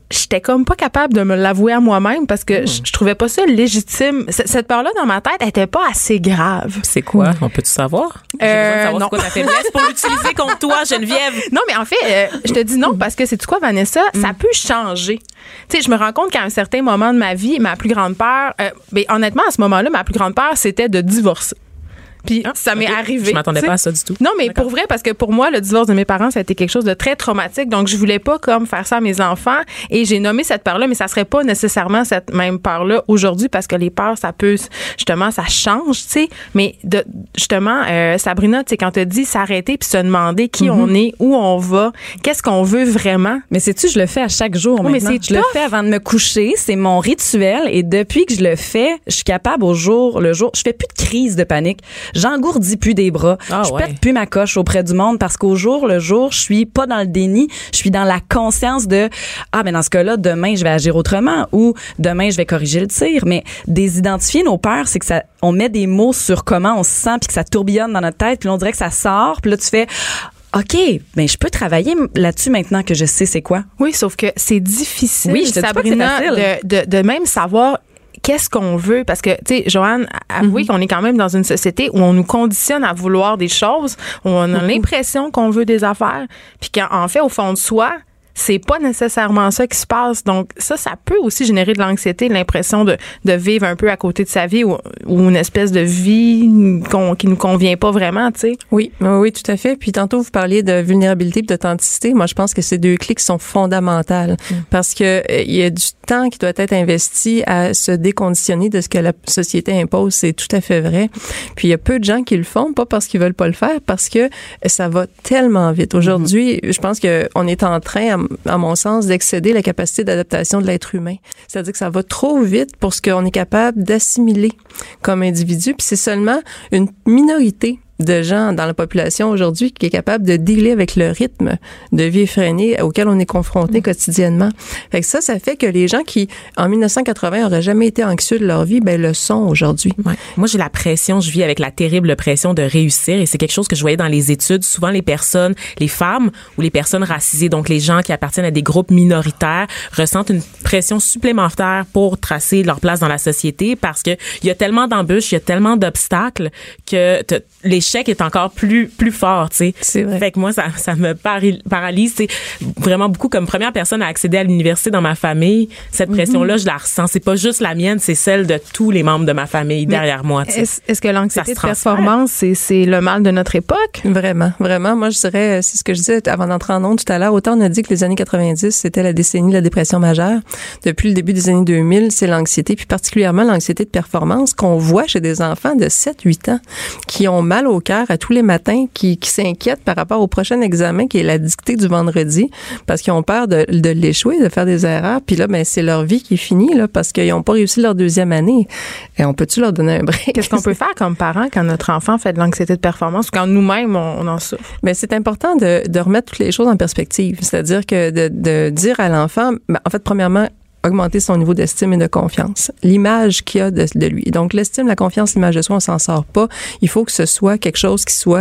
j'étais comme pas capable de me l'avouer à moi-même parce que mmh. je, je trouvais pas ça légitime. C- cette peur-là dans ma tête, elle était pas assez grave. C'est quoi? On peut-tu savoir? J'ai Euh, besoin de savoir non. c'est quoi ta faiblesse pour l'utiliser contre toi, Geneviève. Non, mais en fait, euh, je te dis non parce que c'est quoi, Vanessa? Mm. Ça peut changer. Tu sais, je me rends compte qu'à un certain moment de ma vie, ma plus grande peur, euh, ben, honnêtement, à ce moment-là, ma plus grande peur, c'était de divorcer. Puis ah, ça m'est okay. arrivé. Je m'attendais t'sais. pas à ça du tout. Non, mais D'accord. pour vrai, parce que pour moi, le divorce de mes parents, ça a été quelque chose de très traumatique. Donc, je voulais pas comme faire ça à mes enfants. Et j'ai nommé cette peur-là, mais ça serait pas nécessairement cette même peur-là aujourd'hui parce que les peurs, ça peut, justement, ça change, tu sais. Mais de, justement, euh, Sabrina, tu sais, quand tu dis s'arrêter puis se demander qui mm-hmm. on est, où on va, qu'est-ce qu'on veut vraiment. Mais sais-tu, je le fais à chaque jour oui, maintenant. Mais c'est je tough. le fais avant de me coucher. C'est mon rituel. Et depuis que je le fais, je suis capable au jour le jour. Je fais plus de crise de panique. J'engourdis plus des bras. Ah, je ouais. pète plus ma coche auprès du monde parce qu'au jour le jour, je suis pas dans le déni, je suis dans la conscience de ah ben dans ce cas-là demain je vais agir autrement ou demain je vais corriger le tir, mais désidentifier nos peurs, c'est que ça on met des mots sur comment on se sent puis que ça tourbillonne dans notre tête puis on dirait que ça sort puis là tu fais OK, ben je peux travailler là-dessus maintenant que je sais c'est quoi. Oui, sauf que c'est difficile, oui, je te Sabrina, dis pas que c'est de, de, de même savoir qu'est-ce qu'on veut? Parce que, tu sais, Joanne, avouez mm-hmm. qu'on est quand même dans une société où on nous conditionne à vouloir des choses, où on a mm-hmm. l'impression qu'on veut des affaires, puis qu'en fait, au fond de soi, c'est pas nécessairement ça qui se passe. Donc, ça, ça peut aussi générer de l'anxiété, de l'impression de, de vivre un peu à côté de sa vie ou, ou une espèce de vie qu'on, qui nous convient pas vraiment, tu sais. Oui, oui, tout à fait. Puis tantôt, vous parliez de vulnérabilité et d'authenticité. Moi, je pense que ces deux clés qui sont fondamentales mm. parce que il euh, y a du temps qui doit être investi à se déconditionner de ce que la société impose. C'est tout à fait vrai. Puis, il y a peu de gens qui le font, pas parce qu'ils veulent pas le faire, parce que ça va tellement vite. Aujourd'hui, mm. je pense qu'on est en train, à à mon sens, d'excéder la capacité d'adaptation de l'être humain. C'est-à-dire que ça va trop vite pour ce qu'on est capable d'assimiler comme individu, puis c'est seulement une minorité de gens dans la population aujourd'hui qui est capable de dealer avec le rythme de vie effréné auquel on est confronté mmh. quotidiennement. Fait que ça, ça fait que les gens qui, en dix-neuf cent quatre-vingts, auraient jamais été anxieux de leur vie, ben le sont aujourd'hui. Ouais. Moi, j'ai la pression, je vis avec la terrible pression de réussir et c'est quelque chose que je voyais dans les études. Souvent, les personnes, les femmes ou les personnes racisées, donc les gens qui appartiennent à des groupes minoritaires, ressentent une pression supplémentaire pour tracer leur place dans la société parce que il y a tellement d'embûches, il y a tellement d'obstacles que t- les l'échec est encore plus plus fort, tu sais. C'est vrai. Fait que moi ça ça me pari- paralyse, c'est vraiment beaucoup comme première personne à accéder à l'université dans ma famille, cette pression là, mm-hmm. je la ressens, c'est pas juste la mienne, c'est celle de tous les membres de ma famille mais derrière moi, tu sais. Est-ce, est-ce que l'anxiété de performance c'est c'est le mal de notre époque? Vraiment, vraiment, moi je dirais c'est ce que je disais avant d'entrer en ondes tout à l'heure, autant on a dit que les années quatre-vingt-dix, c'était la décennie de la dépression majeure. Depuis le début des années deux mille, c'est l'anxiété, puis particulièrement l'anxiété de performance qu'on voit chez des enfants de sept huit ans qui ont mal au cœur à tous les matins, qui, qui s'inquiètent par rapport au prochain examen qui est la dictée du vendredi parce qu'ils ont peur de, de l'échouer, de faire des erreurs. Puis là, ben c'est leur vie qui est finie là parce qu'ils n'ont pas réussi leur deuxième année. Et on peut-tu leur donner un break? Qu'est-ce qu'on peut faire comme parents quand notre enfant fait de l'anxiété de performance ou quand nous-mêmes, on, on en souffre? Ben c'est important de, de remettre toutes les choses en perspective. C'est-à-dire que de, de dire à l'enfant, ben, en fait, premièrement, augmenter son niveau d'estime et de confiance. L'image qu'il y a de, de lui. Donc, l'estime, la confiance, l'image de soi, on s'en sort pas. Il faut que ce soit quelque chose qui soit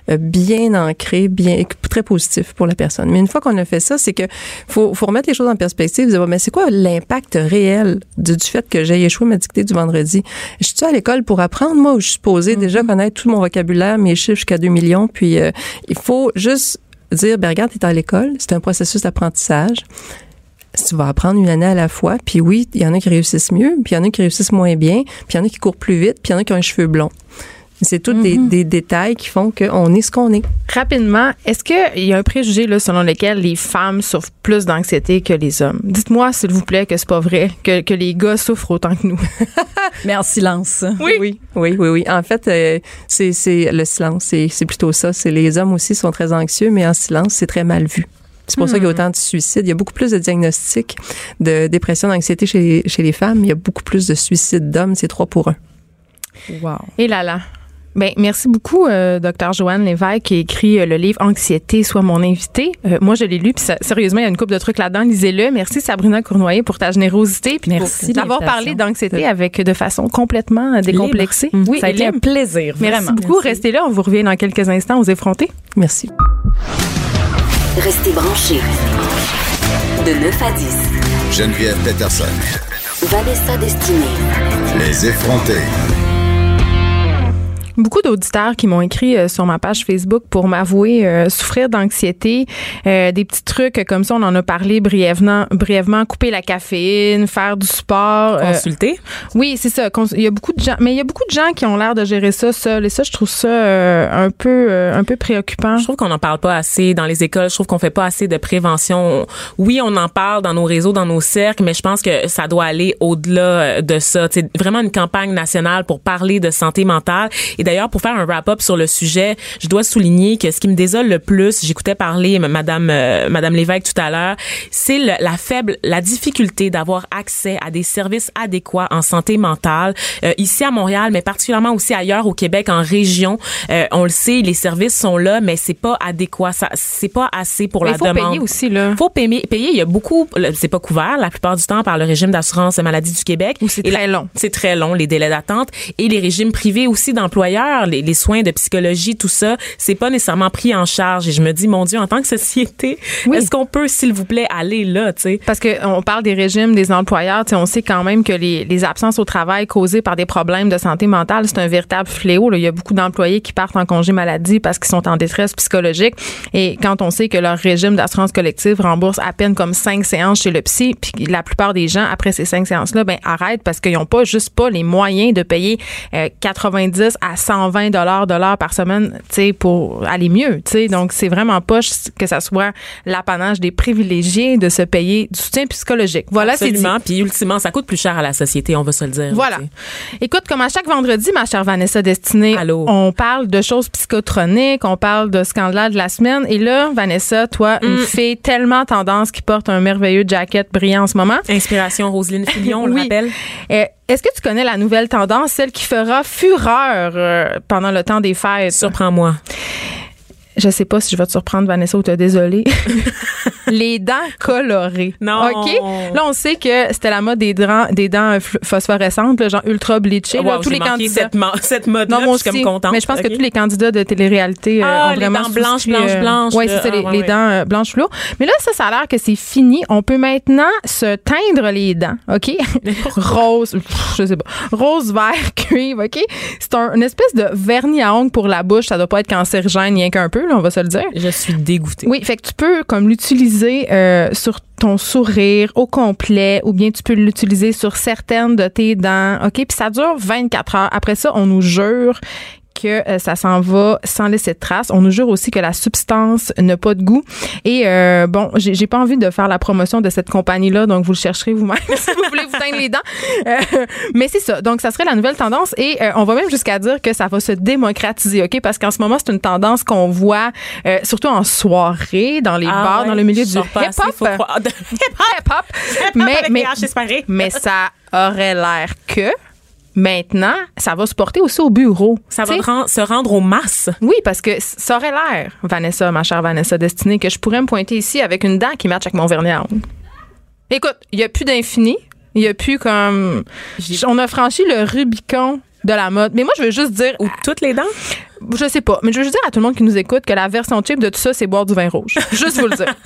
bien ancré, bien, très positif pour la personne. Mais une fois qu'on a fait ça, c'est que faut, faut remettre les choses en perspective. Dire, mais c'est quoi l'impact réel du, du fait que j'ai échoué ma dictée du vendredi? Je suis à l'école pour apprendre, moi, où je suis supposée mm-hmm. déjà connaître tout mon vocabulaire, mes chiffres jusqu'à deux millions. Puis, euh, il faut juste dire, ben regarde, t'es à l'école. C'est un processus d'apprentissage. Tu vas apprendre une année à la fois, puis oui, il y en a qui réussissent mieux, puis il y en a qui réussissent moins bien, puis il y en a qui courent plus vite, puis il y en a qui ont les cheveux blonds. C'est tous mm-hmm. des, des détails qui font qu'on est ce qu'on est. Rapidement, est-ce qu'il y a un préjugé là, selon lequel les femmes souffrent plus d'anxiété que les hommes? Dites-moi, s'il vous plaît, que c'est pas vrai, que, que les gars souffrent autant que nous. Mais en silence. Oui, oui, oui, oui. oui. En fait, euh, c'est, c'est le silence, c'est, c'est plutôt ça. C'est les hommes aussi sont très anxieux, mais en silence, c'est très mal vu. C'est pour mmh. ça qu'il y a autant de suicides. Il y a beaucoup plus de diagnostics de dépression, d'anxiété chez les, chez les femmes. Il y a beaucoup plus de suicides d'hommes. C'est trois pour un. Wow. Et là là. Ben merci beaucoup, euh, docteur Joanne Lévesque, qui a écrit euh, le livre Anxiété, sois mon invité. Euh, moi, je l'ai lu, puis ça, sérieusement, il y a une couple de trucs là-dedans. Lisez-le. Merci, Sabrina Cournoyer, pour ta générosité, puis merci pour d'avoir parlé d'anxiété avec de façon complètement décomplexée. Mmh. Oui, ça a été un plaisir. Merci vraiment. beaucoup. Merci. Restez là. On vous revient dans quelques instants aux effrontés. Merci. Restez branchés. De neuf à dix. Geneviève Peterson. Vanessa Destinée. Les effrontés. Beaucoup d'auditeurs qui m'ont écrit euh, sur ma page Facebook pour m'avouer euh, souffrir d'anxiété, euh, des petits trucs comme ça, on en a parlé brièvement, brièvement, couper la caféine, faire du sport. Consulter? Euh, oui, c'est ça. Il y a beaucoup de gens, mais il y a beaucoup de gens qui ont l'air de gérer ça seuls. Et ça, je trouve ça euh, un peu, euh, un peu préoccupant. Je trouve qu'on n'en parle pas assez dans les écoles. Je trouve qu'on fait pas assez de prévention. Oui, on en parle dans nos réseaux, dans nos cercles, mais je pense que ça doit aller au-delà de ça. C'est vraiment une campagne nationale pour parler de santé mentale. Et d'ailleurs, pour faire un wrap-up sur le sujet, je dois souligner que ce qui me désole le plus, j'écoutais parler Madame euh, Madame Lévesque tout à l'heure, c'est le, la faible, la difficulté d'avoir accès à des services adéquats en santé mentale euh, ici à Montréal, mais particulièrement aussi ailleurs au Québec, en région. Euh, on le sait, les services sont là, mais c'est pas adéquat, ça, c'est pas assez pour mais la faut demande. Il faut payer aussi là. Faut payer, payer. Il y a beaucoup, c'est pas couvert la plupart du temps par le régime d'assurance maladie du Québec. Ou c'est et très la, long. C'est très long les délais d'attente et les régimes privés aussi d'employeurs. Les, les soins de psychologie, tout ça, c'est pas nécessairement pris en charge. Et je me dis, mon Dieu, en tant que société, oui. Est-ce qu'on peut, s'il vous plaît, aller là, tu sais? Parce que on parle des régimes des employeurs, tu sais, on sait quand même que les, les absences au travail causées par des problèmes de santé mentale, c'est un véritable fléau. Là. Il y a beaucoup d'employés qui partent en congé maladie parce qu'ils sont en détresse psychologique. Et quand on sait que leur régime d'assurance collective rembourse à peine comme cinq séances chez le psy, puis la plupart des gens, après ces cinq séances-là, ben arrêtent parce qu'ils n'ont pas juste pas les moyens de payer euh, quatre-vingt-dix à cent vingt dollars de l'heure par semaine, tu sais, pour aller mieux, tu sais. Donc, c'est vraiment pas que ça soit l'apanage des privilégiés de se payer du soutien psychologique. Voilà, absolument. C'est dit. Puis, ultimement, ça coûte plus cher à la société, on va se le dire. Voilà. T'sais. Écoute, comme à chaque vendredi, ma chère Vanessa Destinée, Allô? On parle de choses psychotroniques, on parle de scandales de la semaine. Et là, Vanessa, toi, mm. une fille tellement tendance qui porte un merveilleux jacket brillant en ce moment. Inspiration Roselyne Fillon, on oui. le rappelle. Euh, Est-ce que tu connais la nouvelle tendance, celle qui fera fureur euh, pendant le temps des fêtes? Surprends-moi. Je sais pas si je vais te surprendre, Vanessa, ou te désolée. Les dents colorées. Non. OK? Là, on sait que c'était la mode des dents, des dents phosphorescentes, là, genre ultra bleachées. Wow, là, tous j'ai les manqué candidats. Cette, ma- cette mode-là, non, moi je suis aussi, comme contente. Mais je pense okay. que tous les candidats de télé-réalité euh, ah, ont vraiment les dents blanches, souscrit, blanches, euh, blanches. Oui, c'est ça, les, ah, les ouais. dents euh, blanches fluo. Mais là, ça, ça a l'air que c'est fini. On peut maintenant se teindre les dents, OK? Rose, pff, je sais pas. Rose, vert, cuivre, OK? C'est un, une espèce de vernis à ongles pour la bouche. Ça doit pas être cancérigène, rien qu'un peu, là, on va se le dire. Je suis dégoûtée. Oui, fait que tu peux comme l'utiliser euh, sur ton sourire au complet ou bien tu peux l'utiliser sur certaines de tes dents. OK? Puis ça dure vingt-quatre heures. Après ça, on nous jure que euh, ça s'en va sans laisser de traces. On nous jure aussi que la substance n'a pas de goût. Et euh, bon, j'ai, j'ai pas envie de faire la promotion de cette compagnie-là, donc vous le chercherez vous-même si vous voulez vous teindre les dents. Euh, mais c'est ça. Donc, ça serait la nouvelle tendance et euh, on va même jusqu'à dire que ça va se démocratiser, OK? Parce qu'en ce moment, c'est une tendance qu'on voit euh, surtout en soirée, dans les ah bars, ouais, dans le milieu du hip-hop. hip-hop. Hip-hop. Mais, mais, mais ça aurait l'air que maintenant, ça va se porter aussi au bureau. Ça va rend, se rendre aux masses. Oui, parce que ça aurait l'air, Vanessa, ma chère Vanessa Destinée, que je pourrais me pointer ici avec une dent qui matche avec mon vernis à ongles. Écoute, il n'y a plus d'infini. Il n'y a plus comme... J'ai... On a franchi le Rubicon de la mode. Mais moi, je veux juste dire... Ou toutes les dents? Je sais pas, mais je veux juste dire à tout le monde qui nous écoute que la version cheap de tout ça, c'est boire du vin rouge. Juste vous le dire.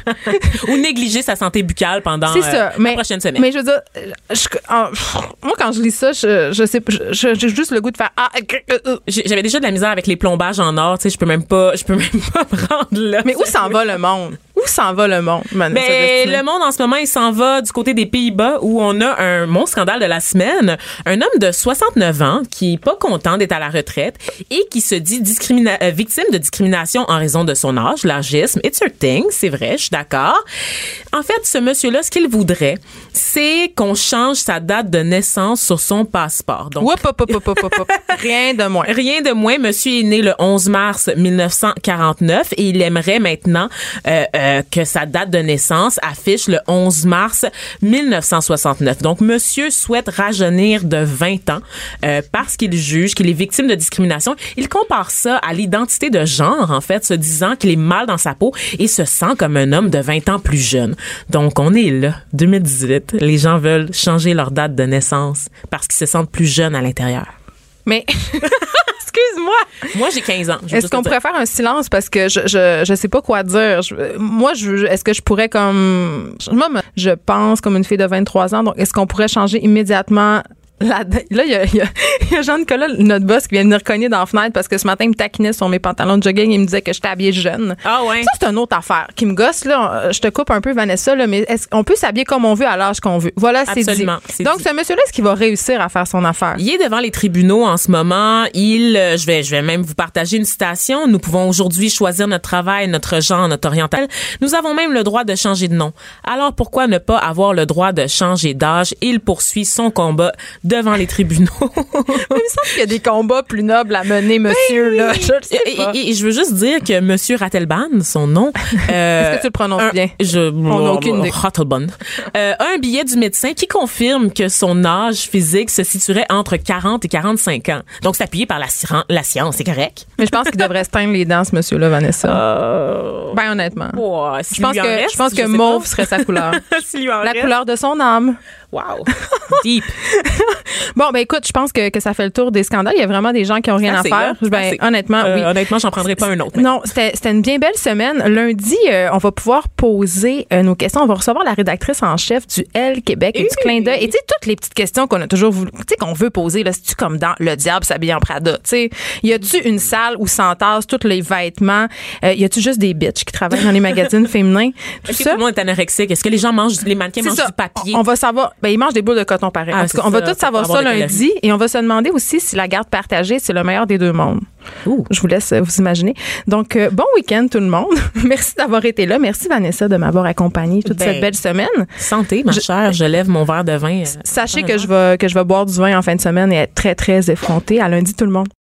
Ou négliger sa santé buccale pendant c'est ça, euh, mais, la prochaine semaine. Mais je veux dire, je, euh, moi, quand je lis ça, je, je sais, je, je, j'ai juste le goût de faire... Ah, euh, euh. J'avais déjà de la misère avec les plombages en or. Tu sais, je peux même pas, je peux même pas me rendre là. Mais où s'en va le monde? Où s'en va le monde, Vanessa Ben, Destinée? le monde, en ce moment, il s'en va du côté des Pays-Bas où on a un mon scandale de la semaine. Un homme de soixante-neuf ans qui est pas content d'être à la retraite et qui se dit discrimina- euh, victime de discrimination en raison de son âge, l'âgisme. It's a thing, c'est vrai, je suis d'accord. En fait, ce monsieur-là, ce qu'il voudrait, c'est qu'on change sa date de naissance sur son passeport. Donc, Oup, hop, hop, hop, hop, hop, hop. Rien de moins. Rien de moins. Monsieur est né le onze mars mille neuf cent quarante-neuf et il aimerait maintenant euh, euh, que sa date de naissance affiche le onze mars mille neuf cent soixante-neuf. Donc, monsieur souhaite rajeunir de vingt ans euh, parce qu'il juge qu'il est victime de discrimination. Il compare ça à l'identité de genre, en fait, se disant qu'il est mal dans sa peau et se sent comme un homme de vingt ans plus jeune. Donc, on est là, deux mille dix-huit. Les gens veulent changer leur date de naissance parce qu'ils se sentent plus jeunes à l'intérieur. Mais... Excuse-moi. Moi, j'ai quinze ans. Est-ce qu'on pourrait faire un silence parce que je je je sais pas quoi dire. Je, moi, je, est-ce que je pourrais comme moi, je pense comme une fille de vingt-trois ans. Donc, est-ce qu'on pourrait changer immédiatement? Là, là, il y a, y a, y a Jean-Nicolas, notre boss, qui vient de venir cogner dans la fenêtre parce que ce matin, il me taquinait sur mes pantalons de jogging et il me disait que j'étais habillée jeune. Ah ouais? Ça, c'est une autre affaire qui me gosse. Là, je te coupe un peu, Vanessa, là, mais est-ce qu'on peut s'habiller comme on veut à l'âge qu'on veut? Voilà, c'est Absolument, dit. c'est Donc, dit. ce monsieur-là, est-ce qu'il va réussir à faire son affaire? Il est devant les tribunaux en ce moment. Il, euh, je vais, je vais même vous partager une citation. Nous pouvons aujourd'hui choisir notre travail, notre genre, notre oriental. Nous avons même le droit de changer de nom. Alors, pourquoi ne pas avoir le droit de changer d'âge? Il poursuit son combat devant les tribunaux. Il me semble qu'il y a des combats plus nobles à mener, monsieur. Ben, là. Je le sais et, pas. et, et je veux juste dire que monsieur Rattelban, son nom... Euh, Est-ce que tu le prononces un, bien? Je, On n'a aucune idée. Rattelban. Euh, un billet du médecin qui confirme que son âge physique se situerait entre quarante et quarante-cinq ans. Donc, c'est appuyé par la, la science, c'est correct? Mais je pense qu'il devrait se teindre les dents, ce monsieur-là, Vanessa. Euh... Ben, honnêtement. Oh, je pense que, reste, je pense que mauve serait sa couleur. La reste. couleur de son âme. Wow. Deep. Bon, ben écoute, je pense que, que ça fait le tour des scandales. Il y a vraiment des gens qui ont rien assez, à faire. là, Ben, honnêtement, euh, oui. Honnêtement, j'en prendrai pas un autre. Non, c'était, c'était une bien belle semaine. Lundi, euh, on va pouvoir poser euh, nos questions. On va recevoir la rédactrice en chef du L Québec et oui. du Clin d'œil. Et tu sais, toutes les petites questions qu'on a toujours voulu, tu sais, qu'on veut poser, là, c'est-tu comme dans Le Diable s'habille en Prada? Tu sais, y a-tu une salle où s'entassent tous les vêtements? Euh, y a-tu juste des bitches qui travaillent dans les magazines féminins? Tout Est-ce que ça. tout le monde est anorexique? Est-ce que les gens mangent, les mannequins C'est mangent ça. du papier? On va savoir. Ben, ils mangent des boules de coton pareil. Ah, en tout cas, on ça, va tout savoir pour ça avoir des lundi et on va se demander aussi si la garde partagée, c'est le meilleur des deux mondes. Ouh. Je vous laisse euh, vous imaginer. Donc, euh, bon week-end tout le monde. Merci d'avoir été là. Merci Vanessa de m'avoir accompagnée toute Ben, cette belle semaine. Santé, ma Je- chère. Je lève mon verre de vin. euh, Sachez que je vais que je vais boire du vin en fin de semaine et être très très effrontée. À lundi tout le monde.